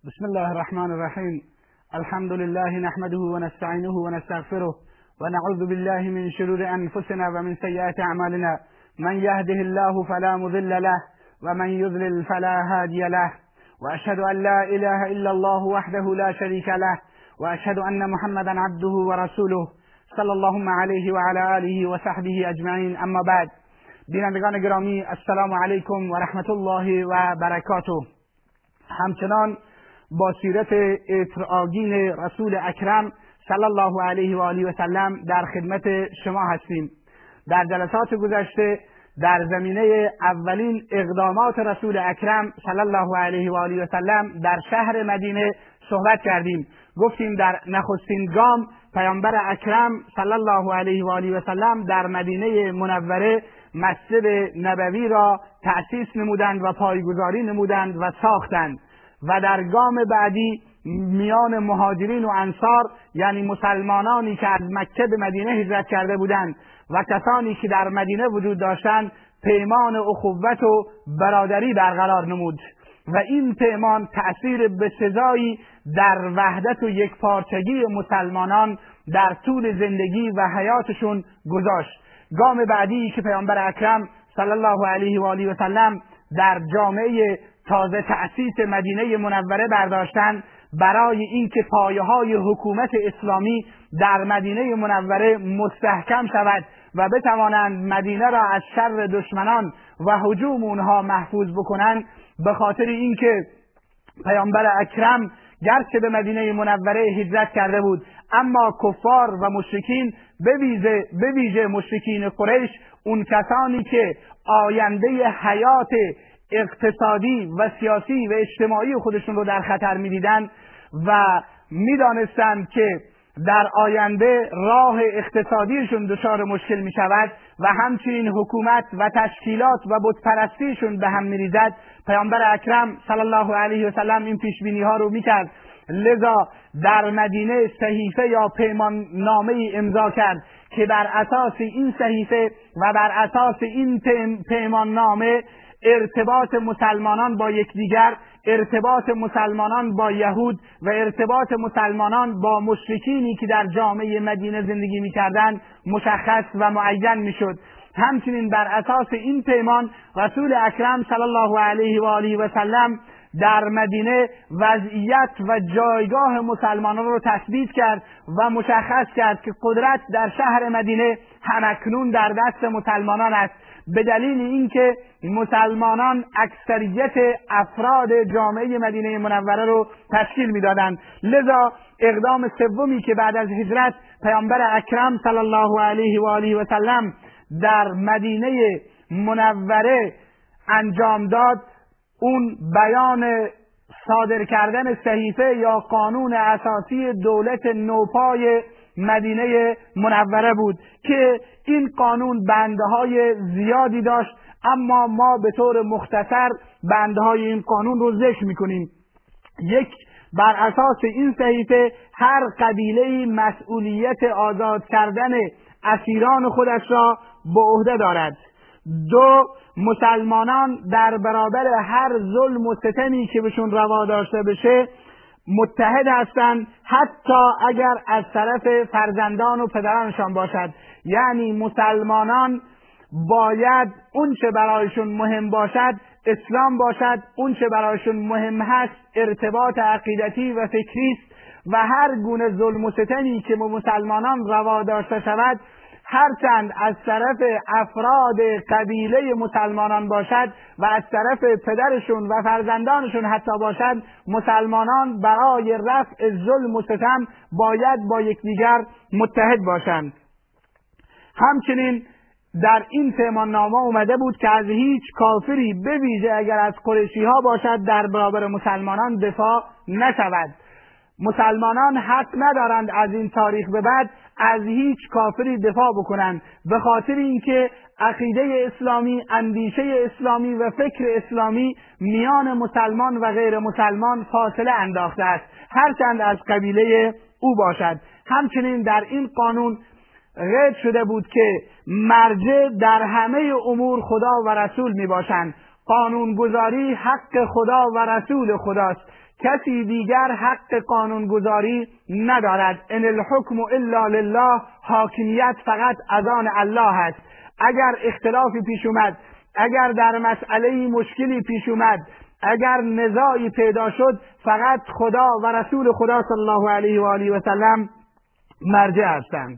بسم الله الرحمن الرحیم. الحمد لله نحمده و نستعینه و نستغفره و نعوذ بالله من شرور انفسنا و من سیئات اعمالنا. من یهده الله فلا مضل له و من یضلل فلا هادی له و اشهد ان لا اله الا الله وحده لا شریک له و اشهد ان محمدا عبده و رسوله صلی الله علیه و علی آله و صحبه اجمعین. اما بعد، بینندگان گرامی، السلام علیکم و رحمت الله و برکاته. همچنان با سیرت عطرآگین رسول اکرم صلی الله علیه و آله و سلم در خدمت شما هستیم. در جلسات گذشته در زمینه اولین اقدامات رسول اکرم صلی الله علیه و آله و سلم در شهر مدینه صحبت کردیم. گفتیم در نخستین گام پیامبر اکرم صلی الله علیه و آله و سلم در مدینه منوره مسجد نبوی را تأسیس نمودند و پایگذاری نمودند و ساختند، و در گام بعدی میان مهاجرین و انصار، یعنی مسلمانانی که از مکه به مدینه هجرت کرده بودند و کسانی که در مدینه وجود داشتند، پیمان اخوت و برادری برقرار نمود و این پیمان تأثیر بسزایی در وحدت و یکپارچگی مسلمانان در طول زندگی و حیاتشون گذاشت. گام بعدی که پیامبر اکرم صلی الله علیه و آله و سلم در جامعه تازه تأسیس مدینه منوره برداشتند، برای اینکه پایه‌های حکومت اسلامی در مدینه منوره مستحکم شود و بتوانند مدینه را از شر دشمنان و هجوم اونها محفوظ بکنند، به خاطر اینکه پیامبر اکرم گرچه به مدینه منوره هجرت کرده بود، اما کفار و مشرکین، به ویژه مشرکین قریش، اون کسانی که آینده حیات اقتصادی و سیاسی و اجتماعی خودشون رو در خطر می‌دیدند و می‌دانستند که در آینده راه اقتصادیشون دچار مشکل می‌شود و همچنین حکومت و تشکیلات و بتپرستیشون به هم می‌ریزد، پیامبر اکرم صلی الله علیه و سلم این پیشبینی‌ها رو می‌کرد. لذا در مدینه صحیفه یا پیمان نامه امضا کرد که بر اساس این صحیفه و بر اساس این پیمان نامه ارتباط مسلمانان با یکدیگر، ارتباط مسلمانان با یهود و ارتباط مسلمانان با مشرکینی که در جامعه مدینه زندگی می‌کردند مشخص و معین می‌شد. همچنین بر اساس این پیمان رسول اکرم صلی الله علیه و آله و سلم در مدینه وضعیت و جایگاه مسلمانان را تثبیت کرد و مشخص کرد که قدرت در شهر مدینه همکنون در دست مسلمانان است، به دلیل اینکه مسلمانان اکثریت افراد جامعه مدینه منوره رو تشکیل میدادند. لذا اقدام سومی که بعد از هجرت پیامبر اکرم صلی الله علیه و آله و سلم در مدینه منوره انجام داد، اون بیان صادر کردن صحیفه یا قانون اساسی دولت نوپای مدینه منوره بود که این قانون بندهای زیادی داشت، اما ما به طور مختصر بندهای این قانون رو ذکر میکنیم. یک، بر اساس این صحیفه هر قبیله مسئولیت آزاد کردن اسیران خودش را به عهده دارد. دو، مسلمانان در برابر هر ظلم و ستمی که بهشون روا داشته بشه متحد هستند، حتی اگر از طرف فرزندان و پدرانشان باشد. یعنی مسلمانان باید اون چه برایشون مهم باشد اسلام باشد، اون چه برایشون مهم هست ارتباط عقیدتی و فکری است و هر گونه ظلم و ستمی که به مسلمانان روا داشته شود، هرچند از طرف افراد قبیله مسلمانان باشد و از طرف پدرشون و فرزندانشون حتی باشد، مسلمانان برای رفع ظلم و ستم باید با یکدیگر متحد باشند. همچنین در این پیمان نامه اومده بود که از هیچ کافری، به ویژه اگر از قریشی ها باشد، در برابر مسلمانان دفاع نشود. مسلمانان حق ندارند از این تاریخ به بعد از هیچ کافری دفاع بکنند، به خاطر اینکه عقیده اسلامی، اندیشه اسلامی و فکر اسلامی میان مسلمان و غیر مسلمان فاصله انداخته است، هرچند از قبیله او باشد. همچنین در این قانون قید شده بود که مرجع در همه امور خدا و رسول می باشند. قانونگذاری حق خدا و رسول خداست کسی دیگر حق قانونگذاری ندارد. ان الحکم الا لله، حاکمیت فقط از آن الله است. اگر اختلافی پیش اومد، اگر در مسئله مشکلی پیش اومد، اگر نزاعی پیدا شد، فقط خدا و رسول خدا صلی الله علیه و آله و سلم مرجع هستند.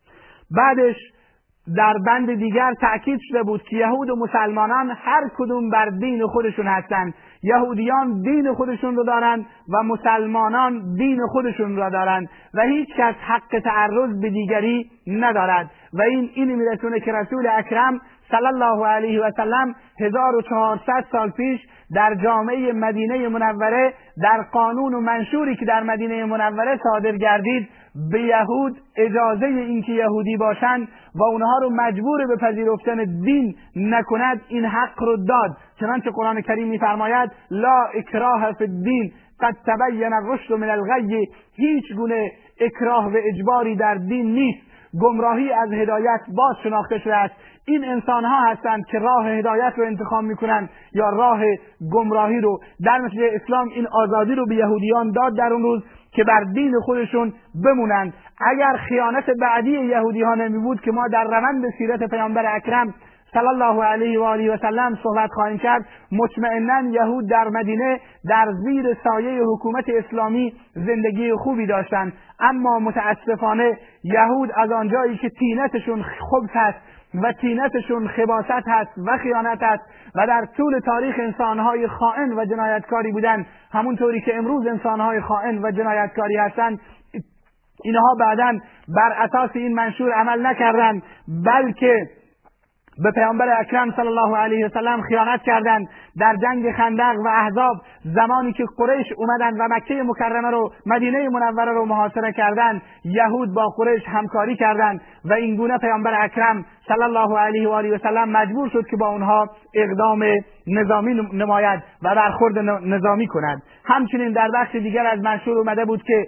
بعدش در بند دیگر تأکید شده بود که یهود و مسلمانان هر کدوم بر دین خودشون هستند. یهودیان دین خودشون رو دارند و مسلمانان دین خودشون رو دارند و هیچ کس حق تعرض به دیگری ندارد. و این میرسونه که رسول اکرم صلی الله علیه و سلم 1400 سال پیش در جامعه مدینه منوره، در قانون و منشوری که در مدینه منوره صادر گردید، به یهود اجازه اینکه یهودی باشند و اونها رو مجبور به پذیرفتن دین نکند این حق رو داد. چنانچه قرآن کریم می‌فرماید لا اکراه فی الدین قد تبین الرشد من الغی، هیچ گونه اکراه و اجباری در دین نیست، گمراهی از هدایت باز شناخته شده است. این انسان ها هستند که راه هدایت رو انتخاب میکنن یا راه گمراهی رو. در نتیجه اسلام این آزادی رو به یهودیان داد در اون روز که بر دین خودشون بمونند. اگر خیانت بعدی یهودی ها نمی بود که ما در روند سیرت پیامبر اکرم صلی الله علیه و آله و سلم صحبت خواهیم کرد، مطمئنا یهود در مدینه در زیر سایه حکومت اسلامی زندگی خوبی داشتند. اما متاسفانه یهود از آنجایی که طینتشون خبث هست و طینتشون خباثت هست و خیانت هست و در طول تاریخ انسانهای خائن و جنایتکاری بودن، همونطوری که امروز انسانهای خائن و جنایتکاری هستند، اینها بعداً بر اساس این منشور عمل نکردند، بلکه به پیامبر اکرم صلی الله علیه و سلم خیانت کردند. در جنگ خندق و احزاب زمانی که قریش اومدند و مکه مکرمه رو، مدینه منوره رو محاصره کردند، یهود با قریش همکاری کردند و این گونه پیامبر اکرم صلی الله علیه و آله و سلم مجبور شد که با اونها اقدام نظامی نماید و برخورد نظامی کند. همچنین در بخش دیگر از منشور اومده بود که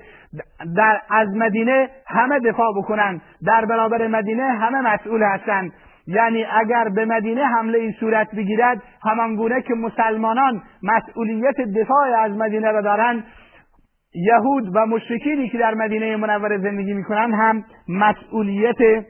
از مدینه همه دفاع بکنند، در برابر مدینه همه مسئول هستند. یعنی اگر به مدینه حمله ای صورت بگیرد، همانگونه که مسلمانان مسئولیت دفاع از مدینه را دارند، یهود و مشرکینی که در مدینه منوره زندگی میکنند هم مسئولیت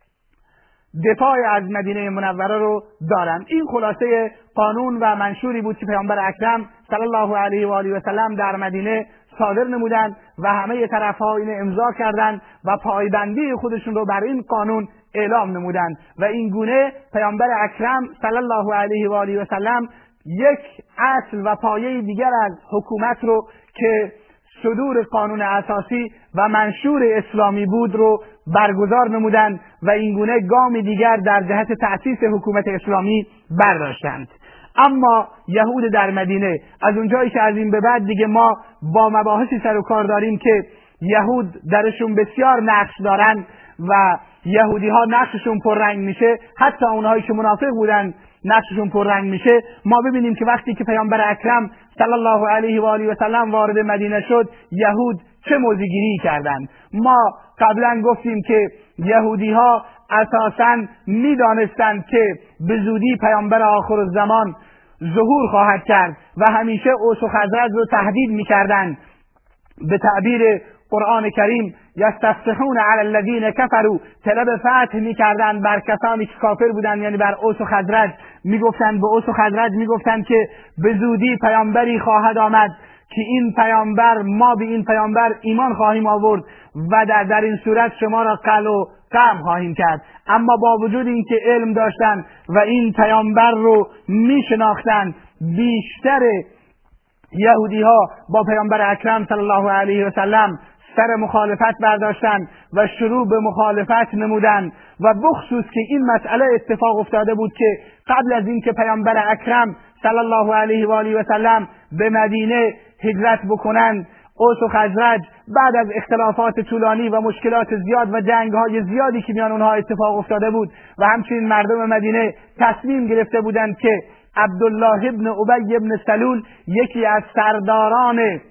دفاع از مدینه منوره رو دارند. این خلاصه قانون و منشوری بود که پیامبر اکرم صلی الله علیه و آله و سلم در مدینه صادر نمودند و همه طرف‌ها این امضا کردند و پایبندی خودشون رو بر این قانون اعلام نمودند و این گونه پیامبر اکرم صلی الله علیه و آله و سلم یک اصل و پایه دیگر از حکومت رو که صدور قانون اساسی و منشور اسلامی بود رو برگزار نمودند و این گونه گامی دیگر در جهت تأسیس حکومت اسلامی برداشتند. اما یهود در مدینه، از اونجایی که از این به بعد دیگه ما با مباحثی سر و کار داریم که یهود درشون بسیار نقش دارن و یهودی ها نقششون پررنگ میشه، حتی اونهایی که منافق بودن نقششون پررنگ میشه. ما ببینیم که وقتی که پیامبر اکرم صلی الله علیه و آله و سلم وارد مدینه شد، یهود چه موضع‌گیری کردند. ما قبلا گفتیم که یهودی ها اساساً میدانستند که به زودی پیامبر آخرالزمان ظهور خواهد کرد و همیشه اوس و خزرج رو تهدید میکردند. به تعبیر قرآن کریم یستفتحون علی الذین کفروا، طلب فتح میکردند بر کسانی که کافر بودند، یعنی بر اوس و خزرج. میگفتند به اوس و خزرج میگفتند که به زودی پیامبری خواهد آمد که این پیامبر، ما به این پیامبر ایمان خواهیم آورد و در این صورت شما را قلع و قم خواهیم کرد. اما با وجود اینکه علم داشتند و این پیامبر رو میشناختند، بیشتر یهودی ها با پیامبر اکرم صلی الله علیه و سلم سر مخالفت برداشتند و شروع به مخالفت نمودند و بخصوص که این مسئله اتفاق افتاده بود که قبل از اینکه پیامبر اکرم صلی الله علیه و آله و سلم به مدینه هجرت بکنند، اوس و خزرج بعد از اختلافات طولانی و مشکلات زیاد و جنگ‌های زیادی که میان اونها اتفاق افتاده بود و همچنین مردم مدینه تصمیم گرفته بودند که عبدالله ابن ابی ابن سلول، یکی از سرداران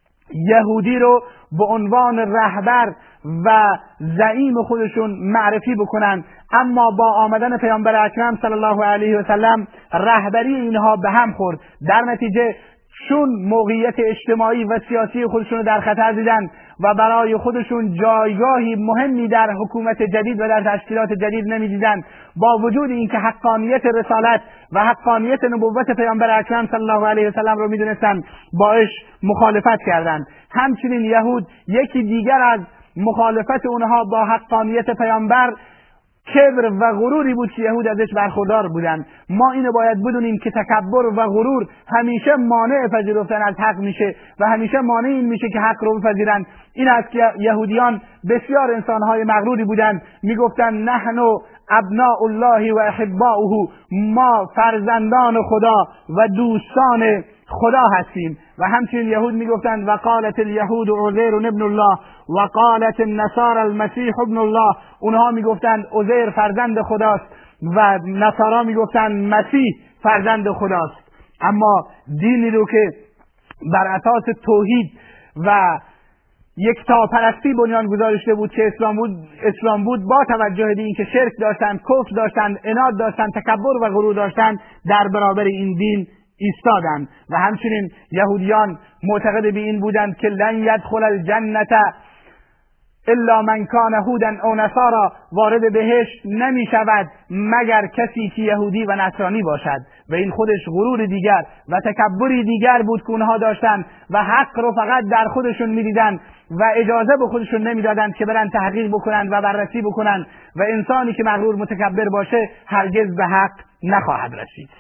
یهودی رو به عنوان رهبر و زعیم خودشون معرفی بکنن. اما با آمدن پیامبر اکرم صلی الله علیه و سلم رهبری اینها به هم خورد. در نتیجه شون موقعیت اجتماعی و سیاسی خودشون رو در خطر دیدن و برای خودشون جایگاهی مهمی در حکومت جدید و در تشکیلات جدید نمیدیدن، با وجود اینکه حقانیت رسالت و حقانیت نبوت پیامبر اکرم صلی الله علیه و سلم رو میدونستن، باش مخالفت کردند. همچنین یهود یکی دیگر از مخالفت اونها با حقانیت پیامبر کبر و غروری بود که یهود ازش برخوردار بودند. ما اینو باید بدونیم که تکبر و غرور همیشه مانع پذیرفتن از حق میشه و همیشه مانع این میشه که حق رو بپذیرند. این است که یهودیان بسیار انسانهای مغروری بودند، میگفتند نحن ابناء الله و احباؤه، ما فرزندان خدا و دوستان خدا هستیم. و همچنین یهود میگفتند وقالت الیهود عزیر ابن الله وقالت النصارى المسیح ابن الله، اونها میگفتند عزیر فرزند خداست و نصارا میگفتند مسیح فرزند خداست. اما دینی رو که بر اساس توحید و یکتاپرستی بنیان گذاشته بود که اسلام بود، با توجه به اینکه شرک داشتند، کفر داشتند، عناد داشتند، تکبر و غرور داشتند، در برابر این دین ایستادند. و همچنین یهودیان معتقد به این بودند که لن یدخل الجنة الا من کان هودا او نصارا، وارد بهشت نمی شود مگر کسی که یهودی و نصرانی باشد. و این خودش غرور دیگر و تکبری دیگر بود که اونها داشتند و حق رو فقط در خودشون میدیدند و اجازه به خودشون نمیدادند که برن تحقیق بکنند و بررسی بکنند. و انسانی که مغرور متکبر باشه هرگز به حق نخواهد رسید.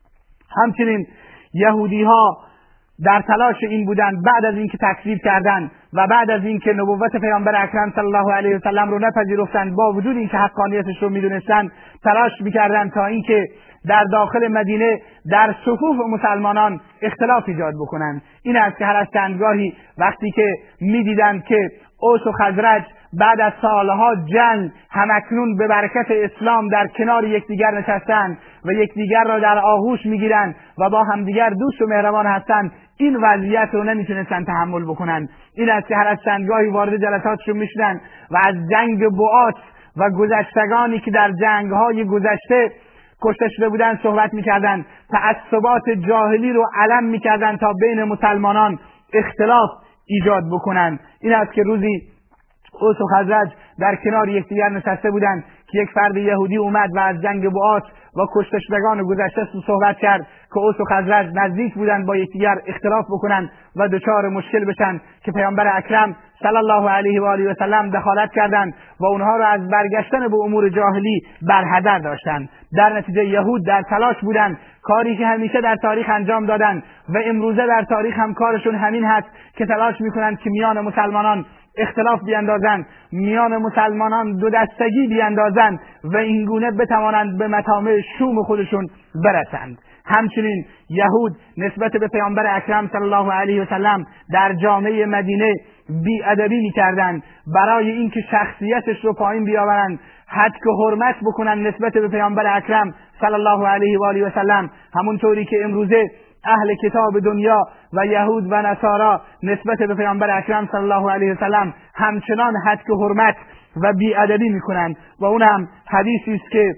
همچنین یهودی ها در تلاش این بودند بعد از اینکه تکذیب کردند و بعد از اینکه نبوت پیامبر اکرم صلی الله علیه و سلم رو نپذیرفتند، با وجود اینکه حقانیتش رو میدونستند، تلاش میکردند تا اینکه در داخل مدینه در صفوف مسلمانان اختلاف ایجاد بکنند. این است که هر از چندگاهی وقتی که میدیدند که اوس و خزرج بعد از سالها جنگ همکنون به برکت اسلام در کنار یکدیگر نشستند و یکدیگر را در آغوش میگیرند و با همدیگر دوست و مهربان هستند، این وضعیت رو نمیتونستن تحمل بکنند. این است که هر از چندگاهی وارد جلساتشون میشدند و از جنگ بعات و گذشتگانی که در جنگهای گذشته کشته شده بودند صحبت میکردند، تعصبات جاهلی رو علم میکردند تا بین مسلمانان اختلاف ایجاد بکنند. این است که روزی اوس و خزرج در کنار یکدیگر نشسته بودند که یک فرد یهودی اومد و از جنگ بعات و کشته شدگان گذشته صحبت کرد که اوس و خزرج نزدیک بودند با یکدیگر اختلاف بکنند و دچار مشکل بشن که پیامبر اکرم صلی الله علیه و آله و سلم دخالت کردند و اونها را از برگشتن به امور جاهلی برحذر داشتند. در نتیجه یهود در تلاش بودند، کاری که همیشه در تاریخ انجام دادند و امروزه در تاریخ هم کارشون همین هست که تلاش میکنند که میان مسلمانان اختلاف بیندازند، میان مسلمانان دو دستگی بیندازند و اینگونه بتوانند به مطامع شوم خودشون برسند. همچنین یهود نسبت به پیامبر اکرم صلی الله علیه و سلم در جامعه مدینه بی‌ادبی می‌کردند، برای اینکه شخصیتش رو پایین بیاورند، حد که حرمت بکنن نسبت به پیامبر اکرم صلی الله علیه و آله و سلم، همونطوری که امروزه اهل کتاب دنیا و یهود و نصارا نسبت به پیامبر اکرم صلی الله علیه و سلم همچنان حد که حرمت و بی‌ادبی می‌کنند. و اون هم حدیثی است که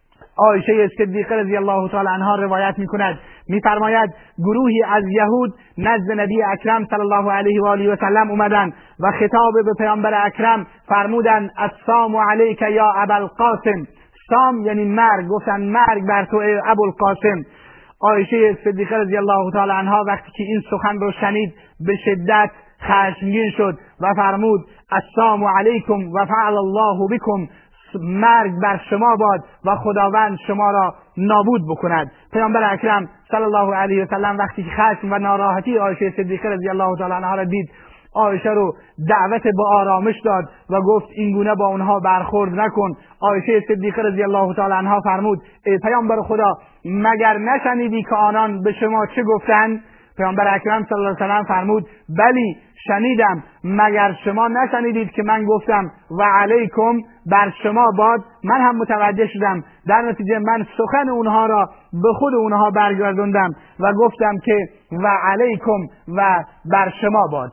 عایشه صدیقه رضی الله تعالی عنها روایت می‌کند، می‌فرماید گروهی از یهود نزد نبی اکرم صلی الله علیه و آله و سلم اومدند و خطاب به پیامبر اکرم فرمودند السلام علیک یا ابوالقاسم. سام یعنی مرگ، گفتن مرگ بر تو ابوالقاسم. عایشه صدیقه رضی الله تعالی عنها وقتی که این سخن رو شنید به شدت خشمگین شد و فرمود السلام علیکم و فعل الله بكم، مرگ بر شما باد و خداوند شما را نابود بکند. پیامبر اکرم صلی الله علیه و سلم وقتی که خشم و ناراحتی عایشه صدیقه رضی الله تعالی عنها را دید، عایشه رو دعوت به آرامش داد و گفت اینگونه با اونها برخورد نکن. عایشه صدیقه رضی الله تعالی عنها فرمود ای پیامبر خدا، مگر نشنیدی که آنان به شما چه گفتند؟ پیامبر اکرم صلی الله علیه و سلم فرمود بلی شنیدم، مگر شما نشنیدید که من گفتم و علیکم بر شما باد؟ من هم متوجه شدم، در نتیجه من سخن اونها را به خود اونها برگردوندم و گفتم که و علیکم و بر شما باد.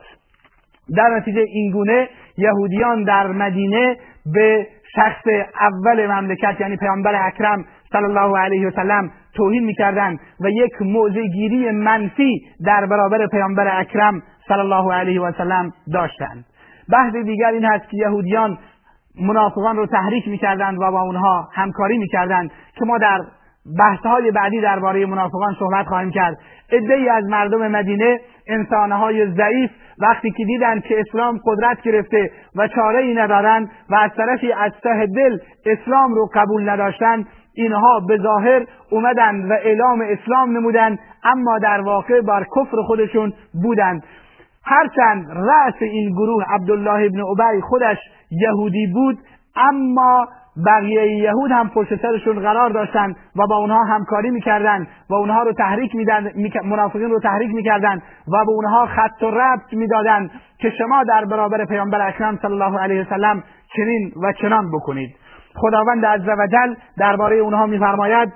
در نتیجه اینگونه یهودیان در مدینه به شخص اول مملکت یعنی پیامبر اکرم صلی الله علیه و سلم توهین میکردند و یک موضع‌گیری منفی در برابر پیامبر اکرم صلی الله علیه و سلم داشتند. بحث دیگر این هست که یهودیان منافقان رو تحریک میکردند و با اونها همکاری میکردند که ما در بحث‌های بعدی درباره منافقان صحبت خواهیم کرد. عده‌ای از مردم مدینه، انسان‌های ضعیف، وقتی که دیدند که اسلام قدرت گرفته و چاره‌ای ندارند و از طرفی از ته دل اسلام رو قبول نداشتند، اینها به ظاهر اومدند و اعلام اسلام نمودند، اما در واقع بر کفر خودشون بودند. هرچند رأس این گروه عبدالله ابن ابی خودش یهودی بود، اما بقیه یهود هم پشت سرشون قرار داشتند و با اونها همکاری میکردند و اونها رو تحریک میدادند، منافقین رو تحریک میکردند و به اونها خط و ربط میدادند که شما در برابر پیامبر اکرم صلی الله علیه و سلم چنین و چنان بکنید. خداوند عزوجل درباره اونها میفرماید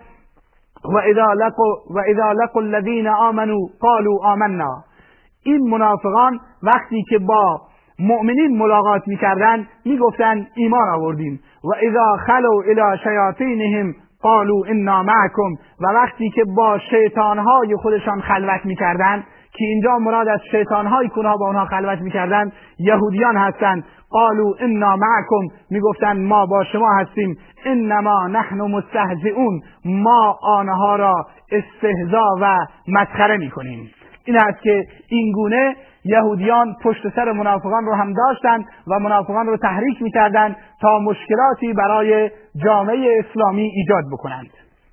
و اذا لقوا الذین آمنوا قالوا آمنا. این منافقان وقتی که با مؤمنین ملاقات میکردند میگفتند ایمان آوردیم. و اذا خلوا الی شیاطینهم قالوا انا معکم. و وقتی که با شیطانهای خودشان خلوت میکردند، که اینجا مراد از شیطانهایی که اونها با اونها خلوت میکردند یهودیان هستند، قالوا انا معکم، میگفتند ما با شما هستیم، انما نحن مستهزئون، ما آنها را استهزا و مسخره میکنیم. این است که این گونه یهودیان پشت سر منافقان رو هم داشتند و منافقان رو تحریک میکردند تا مشکلاتی برای جامعه اسلامی ایجاد بکنند.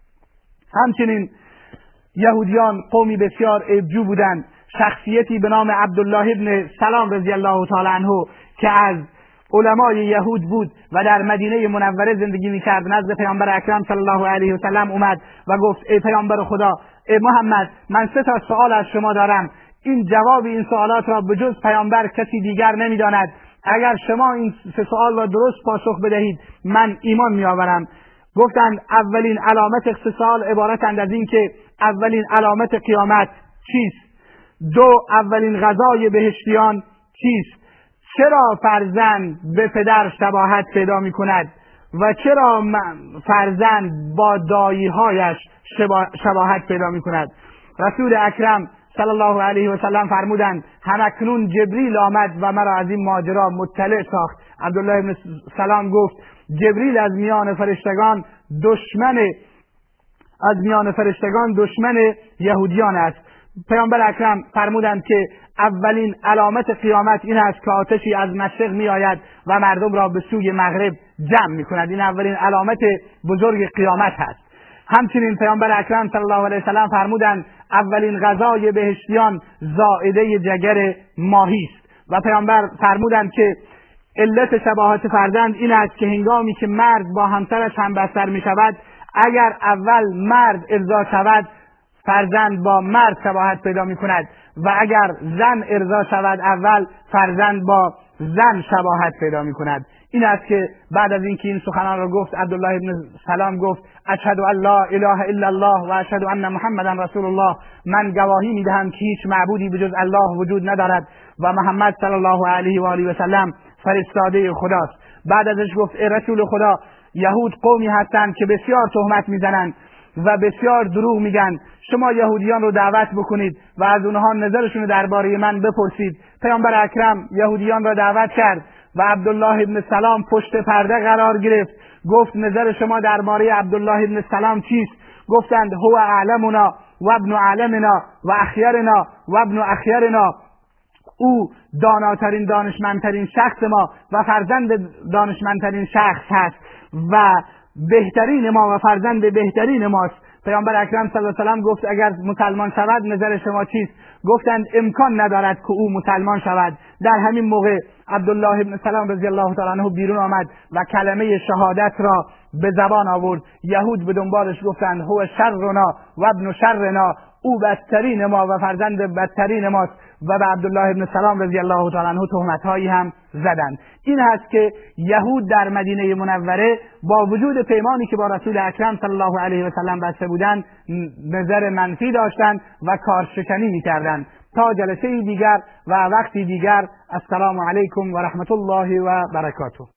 همچنین یهودیان قومی بسیار عیبجو بودند. شخصیتی به نام عبدالله ابن سلام رضی الله تعالی عنه که از علمای یهود بود و در مدینه منوره زندگی میکرد، نزد پیامبر اکرم صلی الله علیه و سلم اومد و گفت ای پیامبر خدا، ای محمد، من 3 سوال از شما دارم. این جواب این سوالات را به جز پیامبر کسی دیگر نمیداند. اگر شما این 3 سوال را درست پاسخ بدهید من ایمان میآورم. گفتند اولین علامت اغتسال عبارتند از این که اولین علامت قیامت چیست؟ 2 اولین غذای بهشتیان چیست؟ چرا فرزند به پدر شباهت پیدا می کند و چرا فرزند با دایی‌هایش شباهت پیدا می کند؟ رسول اکرم صلی الله علیه و سلم فرمودند همکنون جبریل آمد و مرا از این ماجرا مطلع ساخت. عبدالله بن سلام گفت جبریل از میان فرشتگان دشمن یهودیان است. پیامبر اکرم فرمودند که اولین علامت قیامت این است که آتشی از مشرق می آید و مردم را به سوی مغرب جمع می کند. این اولین علامت بزرگ قیامت است. همچنین پیامبر اکرم صلی الله علیه و سلم فرمودند اولین غذای بهشتیان زائده جگر ماهی است. و پیامبر فرمودند که علت شباهت فرزند این است که هنگامی که مرد با همسرش همبستر می شود، اگر اول مرد ارضا شود فرزند با مرد شباهت پیدا می کند و اگر زن ارضا شود اول فرزند با زن شباهت پیدا می کند. این است که بعد از اینکه این سخنان را گفت عبدالله ابن سلام گفت اشهد ان لا اله الا الله و اشهد ان محمدا رسول الله. من گواهی می دهم که هیچ معبودی بجز الله وجود ندارد و محمد صلی الله علیه و آله و سلم فرستاده خداست. بعد ازش گفت ای رسول خدا، یهود قومی هستند که بسیار تهمت میزنند و بسیار دروغ میگن. شما یهودیان رو دعوت بکنید و از اونها نظرشون رو درباره من بپرسید. پیامبر اکرم یهودیان را دعوت کرد و عبدالله ابن سلام پشت پرده قرار گرفت. گفت نظر شما درباره عبدالله ابن سلام چیست؟ گفتند هو اعلمنا و ابن اعلمنا و اخیرنا و ابن اخیرنا. او داناترین دانشمندترین شخص ما و فرزند دانشمندترین شخص هست و بهترین ما و فرزند بهترین ماست. پیامبر اکرم صلی الله علیه و سلم گفت اگر مسلمان شود نظر شما چیست؟ گفتند امکان ندارد که او مسلمان شود. در همین موقع عبدالله ابن سلام رضی الله تعالی عنه بیرون آمد و کلمه شهادت را به زبان آورد. یهود به دنبالش گفتند هو شرنا و ابن شرنا، او بدترین ما و فرزند بدترین ماست و به عبدالله ابن سلام رضی الله تعالی عنه تهمت‌هایی هم زدند. این هست که یهود در مدینه منوره با وجود پیمانی که با رسول اکرم صلی الله علیه و سلم بسته بودند نظر منفی داشتند و کارشکنی می‌کردند. تا جلسه دیگر و وقتی دیگر، السلام علیکم و رحمت الله و برکاته.